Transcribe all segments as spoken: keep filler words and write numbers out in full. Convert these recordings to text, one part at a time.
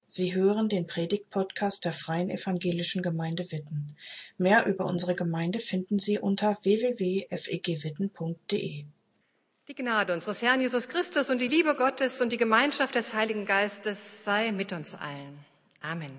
Sie hören den Predigt-Podcast der Freien Evangelischen Gemeinde Witten. Mehr über unsere Gemeinde finden Sie unter w w w punkt f e g witten punkt d e. Die Gnade unseres Herrn Jesus Christus und die Liebe Gottes und die Gemeinschaft des Heiligen Geistes sei mit uns allen. Amen.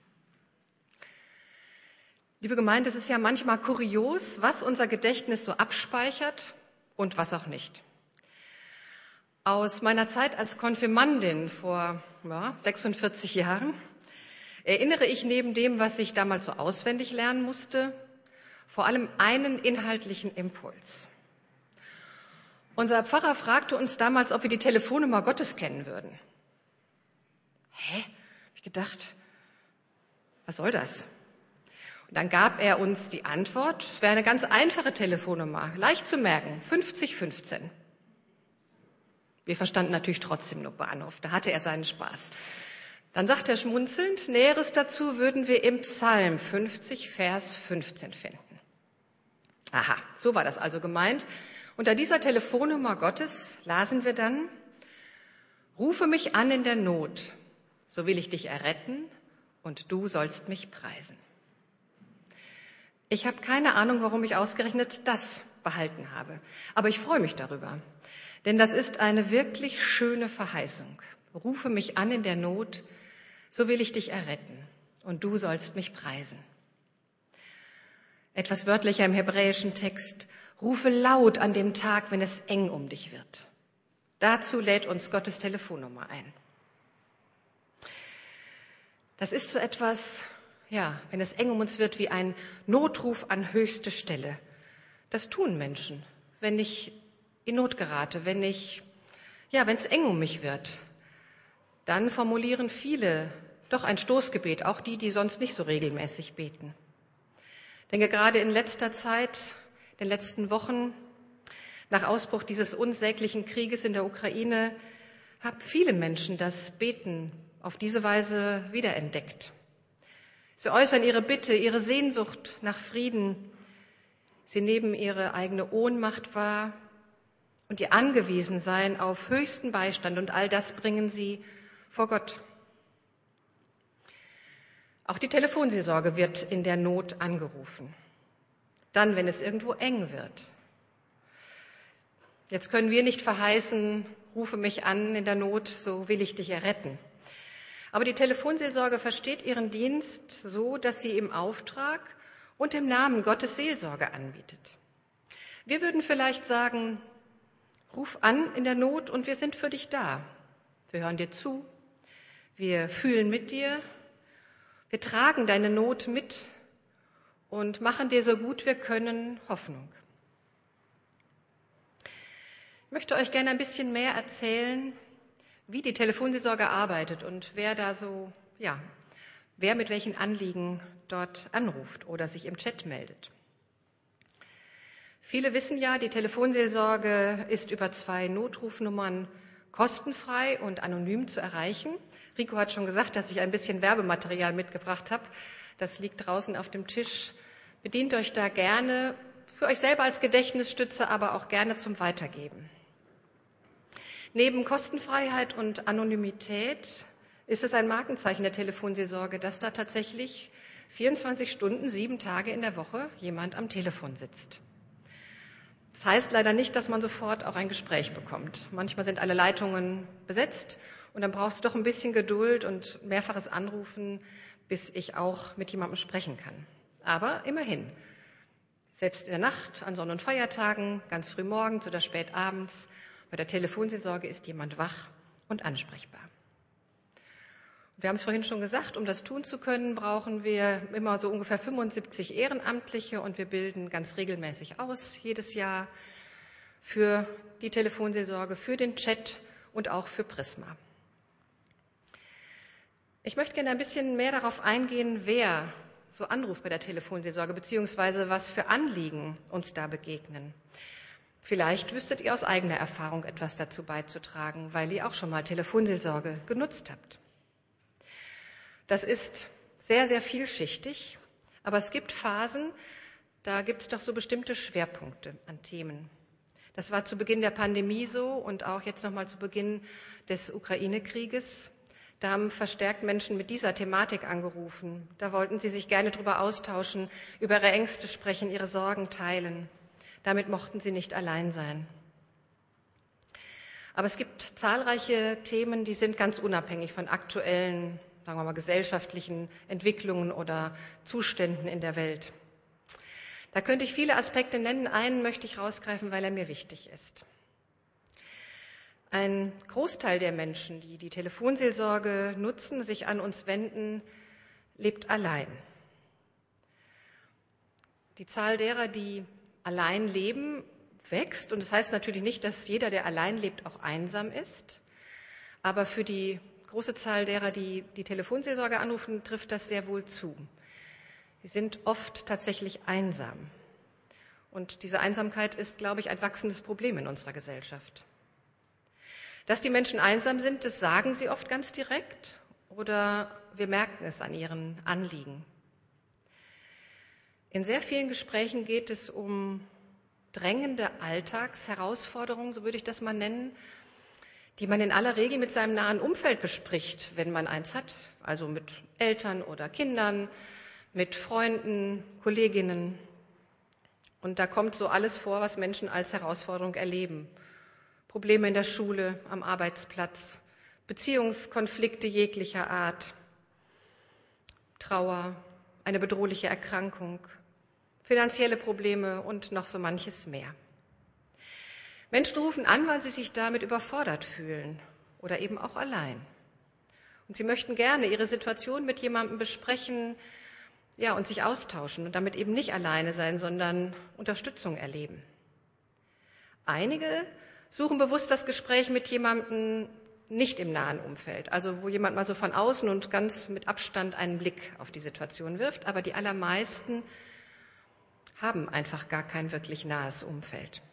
Liebe Gemeinde, es ist ja manchmal kurios, was unser Gedächtnis so abspeichert und was auch nicht. Aus meiner Zeit als Konfirmandin vor ja, sechsundvierzig Jahren erinnere ich neben dem, was ich damals so auswendig lernen musste, vor allem einen inhaltlichen Impuls. Unser Pfarrer fragte uns damals, ob wir die Telefonnummer Gottes kennen würden. Hä? Hab ich gedacht, was soll das? Und dann gab er uns die Antwort, wäre eine ganz einfache Telefonnummer, leicht zu merken, fünfzig fünfzehn. Wir verstanden natürlich trotzdem nur Bahnhof, da hatte er seinen Spaß. Dann sagt er schmunzelnd, Näheres dazu würden wir im Psalm fünfzig, Vers fünfzehn finden. Aha, so war das also gemeint. Unter dieser Telefonnummer Gottes lasen wir dann, rufe mich an in der Not, so will ich dich erretten und du sollst mich preisen. Ich habe keine Ahnung, warum ich ausgerechnet das behalten habe, aber ich freue mich darüber. Denn das ist eine wirklich schöne Verheißung. Rufe mich an in der Not, so will ich dich erretten und du sollst mich preisen. Etwas wörtlicher im hebräischen Text, rufe laut an dem Tag, wenn es eng um dich wird. Dazu lädt uns Gottes Telefonnummer ein. Das ist so etwas, ja, wenn es eng um uns wird, wie ein Notruf an höchste Stelle. Das tun Menschen, wenn ich in Not gerate, wenn ich, ja, wenn es eng um mich wird, dann formulieren viele doch ein Stoßgebet, auch die, die sonst nicht so regelmäßig beten. Ich denke, gerade in letzter Zeit, in den letzten Wochen, nach Ausbruch dieses unsäglichen Krieges in der Ukraine, haben viele Menschen das Beten auf diese Weise wiederentdeckt. Sie äußern ihre Bitte, ihre Sehnsucht nach Frieden. Sie nehmen ihre eigene Ohnmacht wahr und ihr Angewiesensein auf höchsten Beistand, und all das bringen sie vor Gott. Auch die Telefonseelsorge wird in der Not angerufen. Dann, wenn es irgendwo eng wird. Jetzt können wir nicht verheißen, rufe mich an in der Not, so will ich dich erretten. Aber die Telefonseelsorge versteht ihren Dienst so, dass sie im Auftrag und im Namen Gottes Seelsorge anbietet. Wir würden vielleicht sagen, ruf an in der Not und wir sind für dich da. Wir hören dir zu, wir fühlen mit dir, wir tragen deine Not mit und machen dir so gut wir können Hoffnung. Ich möchte euch gerne ein bisschen mehr erzählen, wie die Telefonseelsorge arbeitet und wer da so, ja, wer mit welchen Anliegen dort anruft oder sich im Chat meldet. Viele wissen ja, die Telefonseelsorge ist über zwei Notrufnummern kostenfrei und anonym zu erreichen. Rico hat schon gesagt, dass ich ein bisschen Werbematerial mitgebracht habe. Das liegt draußen auf dem Tisch. Bedient euch da gerne, für euch selber als Gedächtnisstütze, aber auch gerne zum Weitergeben. Neben Kostenfreiheit und Anonymität ist es ein Markenzeichen der Telefonseelsorge, dass da tatsächlich vierundzwanzig Stunden, sieben Tage in der Woche jemand am Telefon sitzt. Das heißt leider nicht, dass man sofort auch ein Gespräch bekommt. Manchmal sind alle Leitungen besetzt und dann braucht es doch ein bisschen Geduld und mehrfaches Anrufen, bis ich auch mit jemandem sprechen kann. Aber immerhin, selbst in der Nacht, an Sonn- und Feiertagen, ganz früh morgens oder spät abends, bei der Telefonseelsorge ist jemand wach und ansprechbar. Wir haben es vorhin schon gesagt, um das tun zu können, brauchen wir immer so ungefähr fünfundsiebzig Ehrenamtliche und wir bilden ganz regelmäßig aus, jedes Jahr, für die Telefonseelsorge, für den Chat und auch für Prisma. Ich möchte gerne ein bisschen mehr darauf eingehen, wer so anruft bei der Telefonseelsorge, beziehungsweise was für Anliegen uns da begegnen. Vielleicht wüsstet ihr aus eigener Erfahrung etwas dazu beizutragen, weil ihr auch schon mal Telefonseelsorge genutzt habt. Das ist sehr, sehr vielschichtig, aber es gibt Phasen, da gibt es doch so bestimmte Schwerpunkte an Themen. Das war zu Beginn der Pandemie so und auch jetzt nochmal zu Beginn des Ukraine-Krieges. Da haben verstärkt Menschen mit dieser Thematik angerufen. Da wollten sie sich gerne darüber austauschen, über ihre Ängste sprechen, ihre Sorgen teilen. Damit mochten sie nicht allein sein. Aber es gibt zahlreiche Themen, die sind ganz unabhängig von aktuellen, sagen wir mal, gesellschaftlichen Entwicklungen oder Zuständen in der Welt. Da könnte ich viele Aspekte nennen. Einen möchte ich rausgreifen, weil er mir wichtig ist. Ein Großteil der Menschen, die die Telefonseelsorge nutzen, sich an uns wenden, lebt allein. Die Zahl derer, die allein leben, wächst. Und das heißt natürlich nicht, dass jeder, der allein lebt, auch einsam ist. Aber für die große Zahl derer, die die Telefonseelsorge anrufen, trifft das sehr wohl zu. Sie sind oft tatsächlich einsam. Und diese Einsamkeit ist, glaube ich, ein wachsendes Problem in unserer Gesellschaft. Dass die Menschen einsam sind, das sagen sie oft ganz direkt oder wir merken es an ihren Anliegen. In sehr vielen Gesprächen geht es um drängende Alltagsherausforderungen, so würde ich das mal nennen, die man in aller Regel mit seinem nahen Umfeld bespricht, wenn man eins hat, also mit Eltern oder Kindern, mit Freunden, Kolleginnen. Und da kommt so alles vor, was Menschen als Herausforderung erleben. Probleme in der Schule, am Arbeitsplatz, Beziehungskonflikte jeglicher Art, Trauer, eine bedrohliche Erkrankung, finanzielle Probleme und noch so manches mehr. Menschen rufen an, weil sie sich damit überfordert fühlen oder eben auch allein. Und sie möchten gerne ihre Situation mit jemandem besprechen, ja, und sich austauschen und damit eben nicht alleine sein, sondern Unterstützung erleben. Einige suchen bewusst das Gespräch mit jemandem nicht im nahen Umfeld, also wo jemand mal so von außen und ganz mit Abstand einen Blick auf die Situation wirft, aber die allermeisten haben einfach gar kein wirklich nahes Umfeld.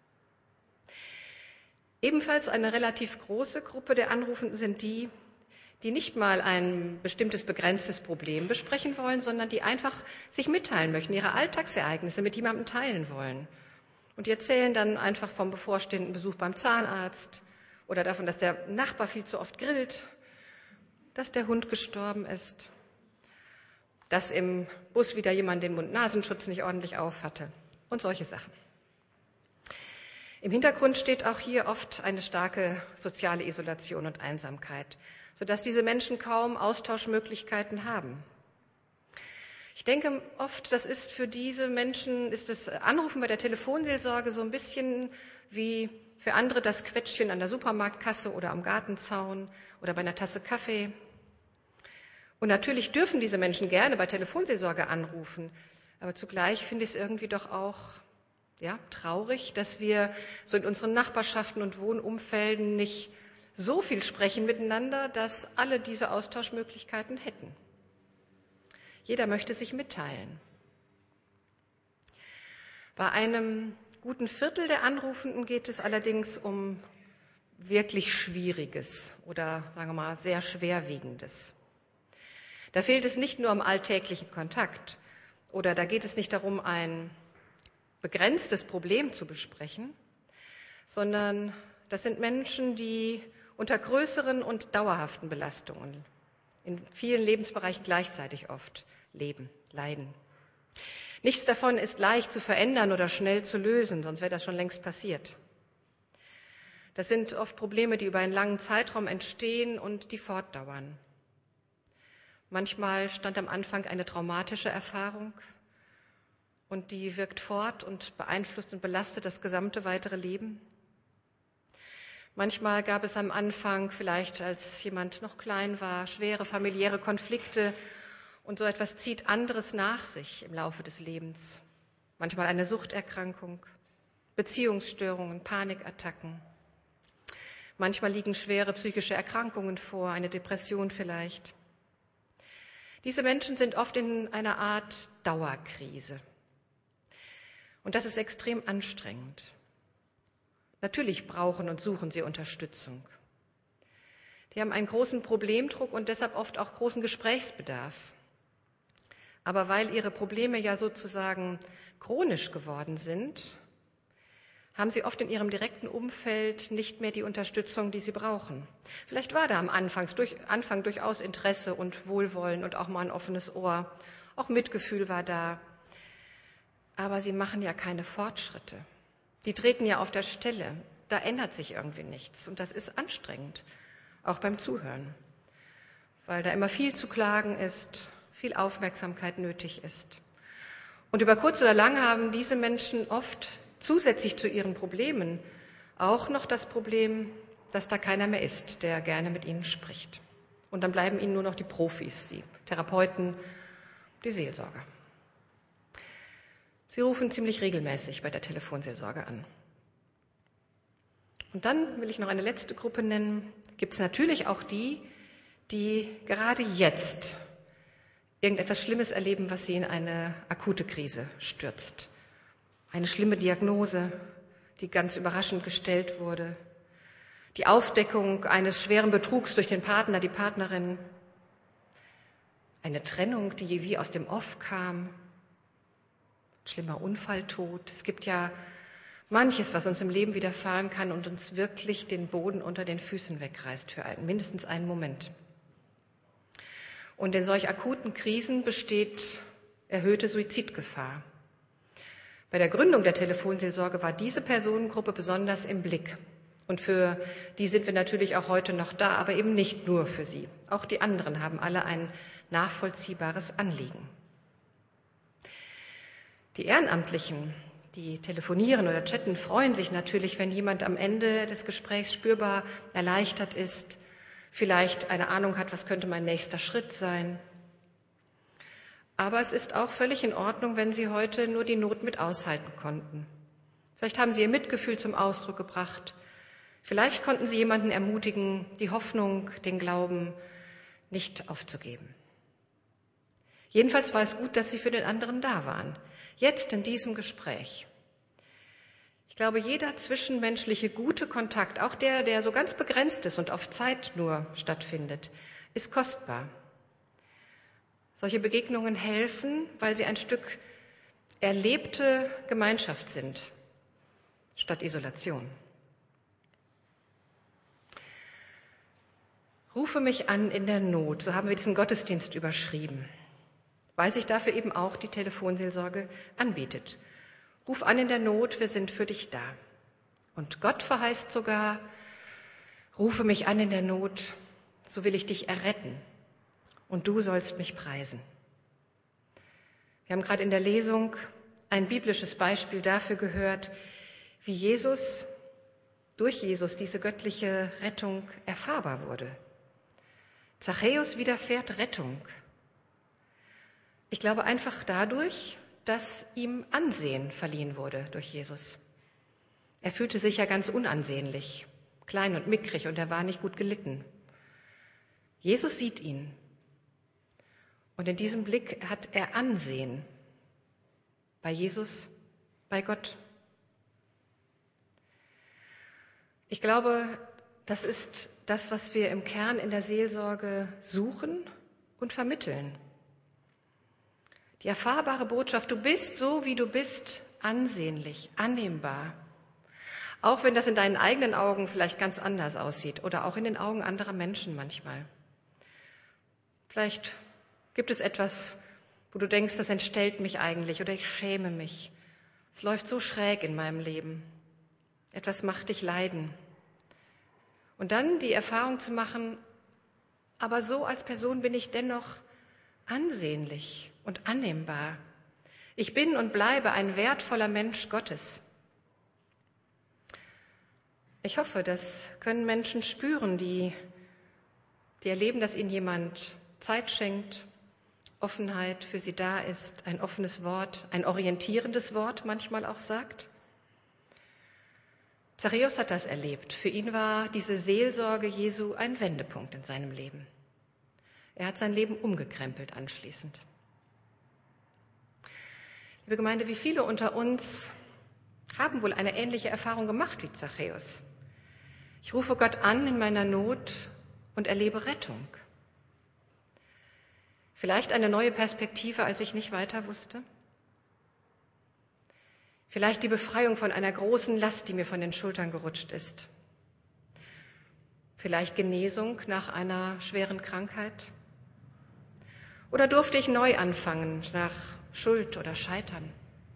Ebenfalls eine relativ große Gruppe der Anrufenden sind die, die nicht mal ein bestimmtes begrenztes Problem besprechen wollen, sondern die einfach sich mitteilen möchten, ihre Alltagsereignisse mit jemandem teilen wollen. Und die erzählen dann einfach vom bevorstehenden Besuch beim Zahnarzt oder davon, dass der Nachbar viel zu oft grillt, dass der Hund gestorben ist, dass im Bus wieder jemand den Mund-Nasenschutz nicht ordentlich auf hatte und solche Sachen. Im Hintergrund steht auch hier oft eine starke soziale Isolation und Einsamkeit, sodass diese Menschen kaum Austauschmöglichkeiten haben. Ich denke oft, das ist für diese Menschen, ist das Anrufen bei der Telefonseelsorge so ein bisschen wie für andere das Quetschchen an der Supermarktkasse oder am Gartenzaun oder bei einer Tasse Kaffee. Und natürlich dürfen diese Menschen gerne bei Telefonseelsorge anrufen, aber zugleich finde ich es irgendwie doch auch ja, traurig, dass wir so in unseren Nachbarschaften und Wohnumfelden nicht so viel sprechen miteinander, dass alle diese Austauschmöglichkeiten hätten. Jeder möchte sich mitteilen. Bei einem guten Viertel der Anrufenden geht es allerdings um wirklich Schwieriges oder sagen wir mal sehr Schwerwiegendes. Da fehlt es nicht nur am alltäglichen Kontakt oder da geht es nicht darum, ein begrenztes Problem zu besprechen, sondern das sind Menschen, die unter größeren und dauerhaften Belastungen in vielen Lebensbereichen gleichzeitig oft leben, leiden. Nichts davon ist leicht zu verändern oder schnell zu lösen, sonst wäre das schon längst passiert. Das sind oft Probleme, die über einen langen Zeitraum entstehen und die fortdauern. Manchmal stand am Anfang eine traumatische Erfahrung und die wirkt fort und beeinflusst und belastet das gesamte weitere Leben. Manchmal gab es am Anfang, vielleicht als jemand noch klein war, schwere familiäre Konflikte und so etwas zieht anderes nach sich im Laufe des Lebens. Manchmal eine Suchterkrankung, Beziehungsstörungen, Panikattacken. Manchmal liegen schwere psychische Erkrankungen vor, eine Depression vielleicht. Diese Menschen sind oft in einer Art Dauerkrise. Und das ist extrem anstrengend. Natürlich brauchen und suchen sie Unterstützung. Die haben einen großen Problemdruck und deshalb oft auch großen Gesprächsbedarf. Aber weil ihre Probleme ja sozusagen chronisch geworden sind, haben sie oft in ihrem direkten Umfeld nicht mehr die Unterstützung, die sie brauchen. Vielleicht war da am Anfang, durch, Anfang durchaus Interesse und Wohlwollen und auch mal ein offenes Ohr. Auch Mitgefühl war da. Aber sie machen ja keine Fortschritte. Die treten ja auf der Stelle. Da ändert sich irgendwie nichts. Und das ist anstrengend, auch beim Zuhören, weil da immer viel zu klagen ist, viel Aufmerksamkeit nötig ist. Und über kurz oder lang haben diese Menschen oft zusätzlich zu ihren Problemen auch noch das Problem, dass da keiner mehr ist, der gerne mit ihnen spricht. Und dann bleiben ihnen nur noch die Profis, die Therapeuten, die Seelsorger. Sie rufen ziemlich regelmäßig bei der Telefonseelsorge an. Und dann will ich noch eine letzte Gruppe nennen. Gibt es natürlich auch die, die gerade jetzt irgendetwas Schlimmes erleben, was sie in eine akute Krise stürzt. Eine schlimme Diagnose, die ganz überraschend gestellt wurde. Die Aufdeckung eines schweren Betrugs durch den Partner, die Partnerin. Eine Trennung, die wie aus dem Off kam. Schlimmer Unfalltod. Es gibt ja manches, was uns im Leben widerfahren kann und uns wirklich den Boden unter den Füßen wegreißt für einen, mindestens einen Moment. Und in solch akuten Krisen besteht erhöhte Suizidgefahr. Bei der Gründung der Telefonseelsorge war diese Personengruppe besonders im Blick. Und für die sind wir natürlich auch heute noch da, aber eben nicht nur für sie. Auch die anderen haben alle ein nachvollziehbares Anliegen. Die Ehrenamtlichen, die telefonieren oder chatten, freuen sich natürlich, wenn jemand am Ende des Gesprächs spürbar erleichtert ist, vielleicht eine Ahnung hat, was könnte mein nächster Schritt sein. Aber es ist auch völlig in Ordnung, wenn Sie heute nur die Not mit aushalten konnten. Vielleicht haben Sie Ihr Mitgefühl zum Ausdruck gebracht. Vielleicht konnten Sie jemanden ermutigen, die Hoffnung, den Glauben nicht aufzugeben. Jedenfalls war es gut, dass Sie für den anderen da waren. Jetzt in diesem Gespräch. Ich glaube, jeder zwischenmenschliche gute Kontakt, auch der, der so ganz begrenzt ist und auf Zeit nur stattfindet, ist kostbar. Solche Begegnungen helfen, weil sie ein Stück erlebte Gemeinschaft sind, statt Isolation. Rufe mich an in der Not, so haben wir diesen Gottesdienst überschrieben, weil sich dafür eben auch die Telefonseelsorge anbietet. Ruf an in der Not, wir sind für dich da. Und Gott verheißt sogar, rufe mich an in der Not, so will ich dich erretten und du sollst mich preisen. Wir haben gerade in der Lesung ein biblisches Beispiel dafür gehört, wie Jesus, durch Jesus diese göttliche Rettung erfahrbar wurde. Zachäus widerfährt Rettung. Ich glaube einfach dadurch, dass ihm Ansehen verliehen wurde durch Jesus. Er fühlte sich ja ganz unansehnlich, klein und mickrig und er war nicht gut gelitten. Jesus sieht ihn und in diesem Blick hat er Ansehen bei Jesus, bei Gott. Ich glaube, das ist das, was wir im Kern in der Seelsorge suchen und vermitteln. Die erfahrbare Botschaft, du bist so, wie du bist, ansehnlich, annehmbar. Auch wenn das in deinen eigenen Augen vielleicht ganz anders aussieht oder auch in den Augen anderer Menschen manchmal. Vielleicht gibt es etwas, wo du denkst, das entstellt mich eigentlich oder ich schäme mich. Es läuft so schräg in meinem Leben. Etwas macht dich leiden. Und dann die Erfahrung zu machen, aber so als Person bin ich dennoch ansehnlich und annehmbar. Ich bin und bleibe ein wertvoller Mensch Gottes. Ich hoffe, das können Menschen spüren, die, die erleben, dass ihnen jemand Zeit schenkt, Offenheit für sie da ist, ein offenes Wort, ein orientierendes Wort manchmal auch sagt. Zachäus hat das erlebt. Für ihn war diese Seelsorge Jesu ein Wendepunkt in seinem Leben. Er hat sein Leben umgekrempelt anschließend. Liebe Gemeinde, wie viele unter uns haben wohl eine ähnliche Erfahrung gemacht wie Zachäus? Ich rufe Gott an in meiner Not und erlebe Rettung. Vielleicht eine neue Perspektive, als ich nicht weiter wusste? Vielleicht die Befreiung von einer großen Last, die mir von den Schultern gerutscht ist. Vielleicht Genesung nach einer schweren Krankheit. Oder durfte ich neu anfangen nach Schuld oder Scheitern?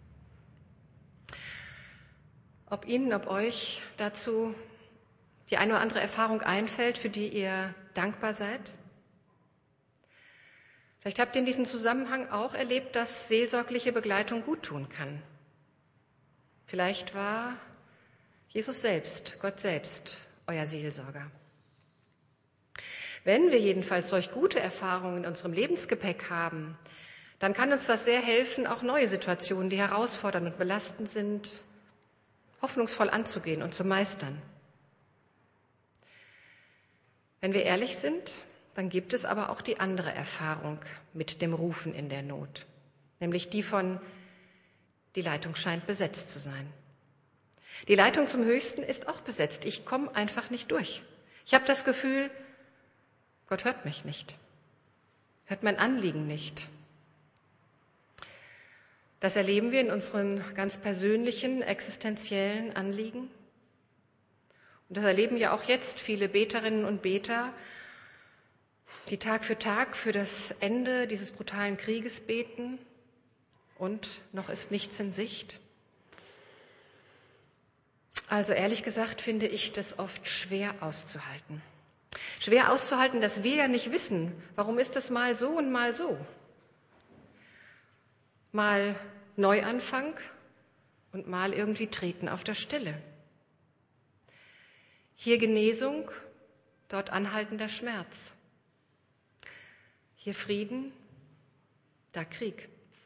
Ob Ihnen, ob euch dazu die eine oder andere Erfahrung einfällt, für die ihr dankbar seid? Vielleicht habt ihr in diesem Zusammenhang auch erlebt, dass seelsorgliche Begleitung guttun kann. Vielleicht war Jesus selbst, Gott selbst, euer Seelsorger. Wenn wir jedenfalls solch gute Erfahrungen in unserem Lebensgepäck haben, dann kann uns das sehr helfen, auch neue Situationen, die herausfordernd und belastend sind, hoffnungsvoll anzugehen und zu meistern. Wenn wir ehrlich sind, dann gibt es aber auch die andere Erfahrung mit dem Rufen in der Not, nämlich die von, die Leitung scheint besetzt zu sein. Die Leitung zum Höchsten ist auch besetzt. Ich komme einfach nicht durch. Ich habe das Gefühl, Gott hört mich nicht, hört mein Anliegen nicht. Das erleben wir in unseren ganz persönlichen, existenziellen Anliegen. Und das erleben ja auch jetzt viele Beterinnen und Beter, die Tag für Tag für das Ende dieses brutalen Krieges beten und noch ist nichts in Sicht. Also ehrlich gesagt finde ich das oft schwer auszuhalten. Schwer auszuhalten, dass wir ja nicht wissen, warum ist das mal so und mal so. Mal Neuanfang und mal irgendwie Treten auf der Stelle. Hier Genesung, dort anhaltender Schmerz. Hier Frieden, da Krieg.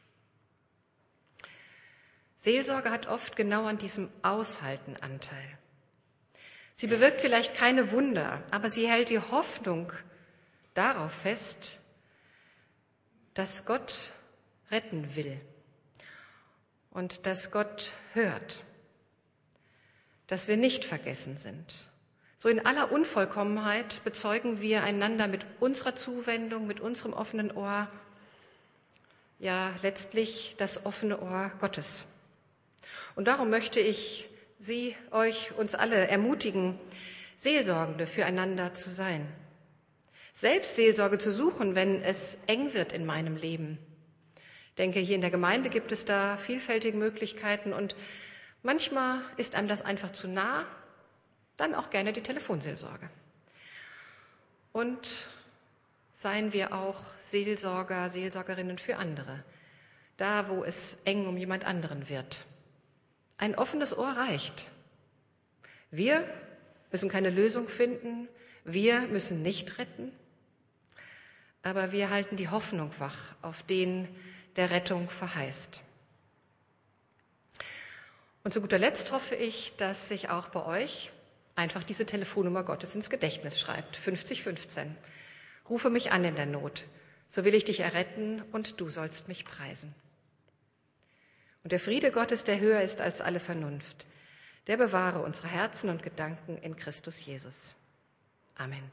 Seelsorge hat oft genau an diesem Aushalten Anteil. Sie bewirkt vielleicht keine Wunder, aber sie hält die Hoffnung darauf fest, dass Gott retten will und dass Gott hört, dass wir nicht vergessen sind. So in aller Unvollkommenheit bezeugen wir einander mit unserer Zuwendung, mit unserem offenen Ohr, ja letztlich das offene Ohr Gottes. Und darum möchte ich Sie, euch, uns alle ermutigen, Seelsorgende füreinander zu sein. Selbst Seelsorge zu suchen, wenn es eng wird in meinem Leben. Ich denke, hier in der Gemeinde gibt es da vielfältige Möglichkeiten und manchmal ist einem das einfach zu nah, dann auch gerne die Telefonseelsorge. Und seien wir auch Seelsorger, Seelsorgerinnen für andere, da wo es eng um jemand anderen wird. Ein offenes Ohr reicht. Wir müssen keine Lösung finden, wir müssen nicht retten, aber wir halten die Hoffnung wach auf den, der Rettung verheißt. Und zu guter Letzt hoffe ich, dass sich auch bei euch einfach diese Telefonnummer Gottes ins Gedächtnis schreibt, fünfzig fünfzehn. Rufe mich an in der Not, so will ich dich erretten und du sollst mich preisen. Und der Friede Gottes, der höher ist als alle Vernunft, der bewahre unsere Herzen und Gedanken in Christus Jesus. Amen.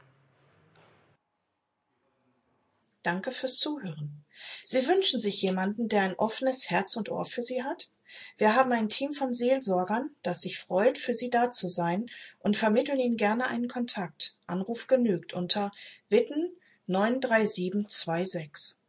Danke fürs Zuhören. Sie wünschen sich jemanden, der ein offenes Herz und Ohr für Sie hat? Wir haben ein Team von Seelsorgern, das sich freut, für Sie da zu sein und vermitteln Ihnen gerne einen Kontakt. Anruf genügt unter Witten neun drei sieben zwei sechs.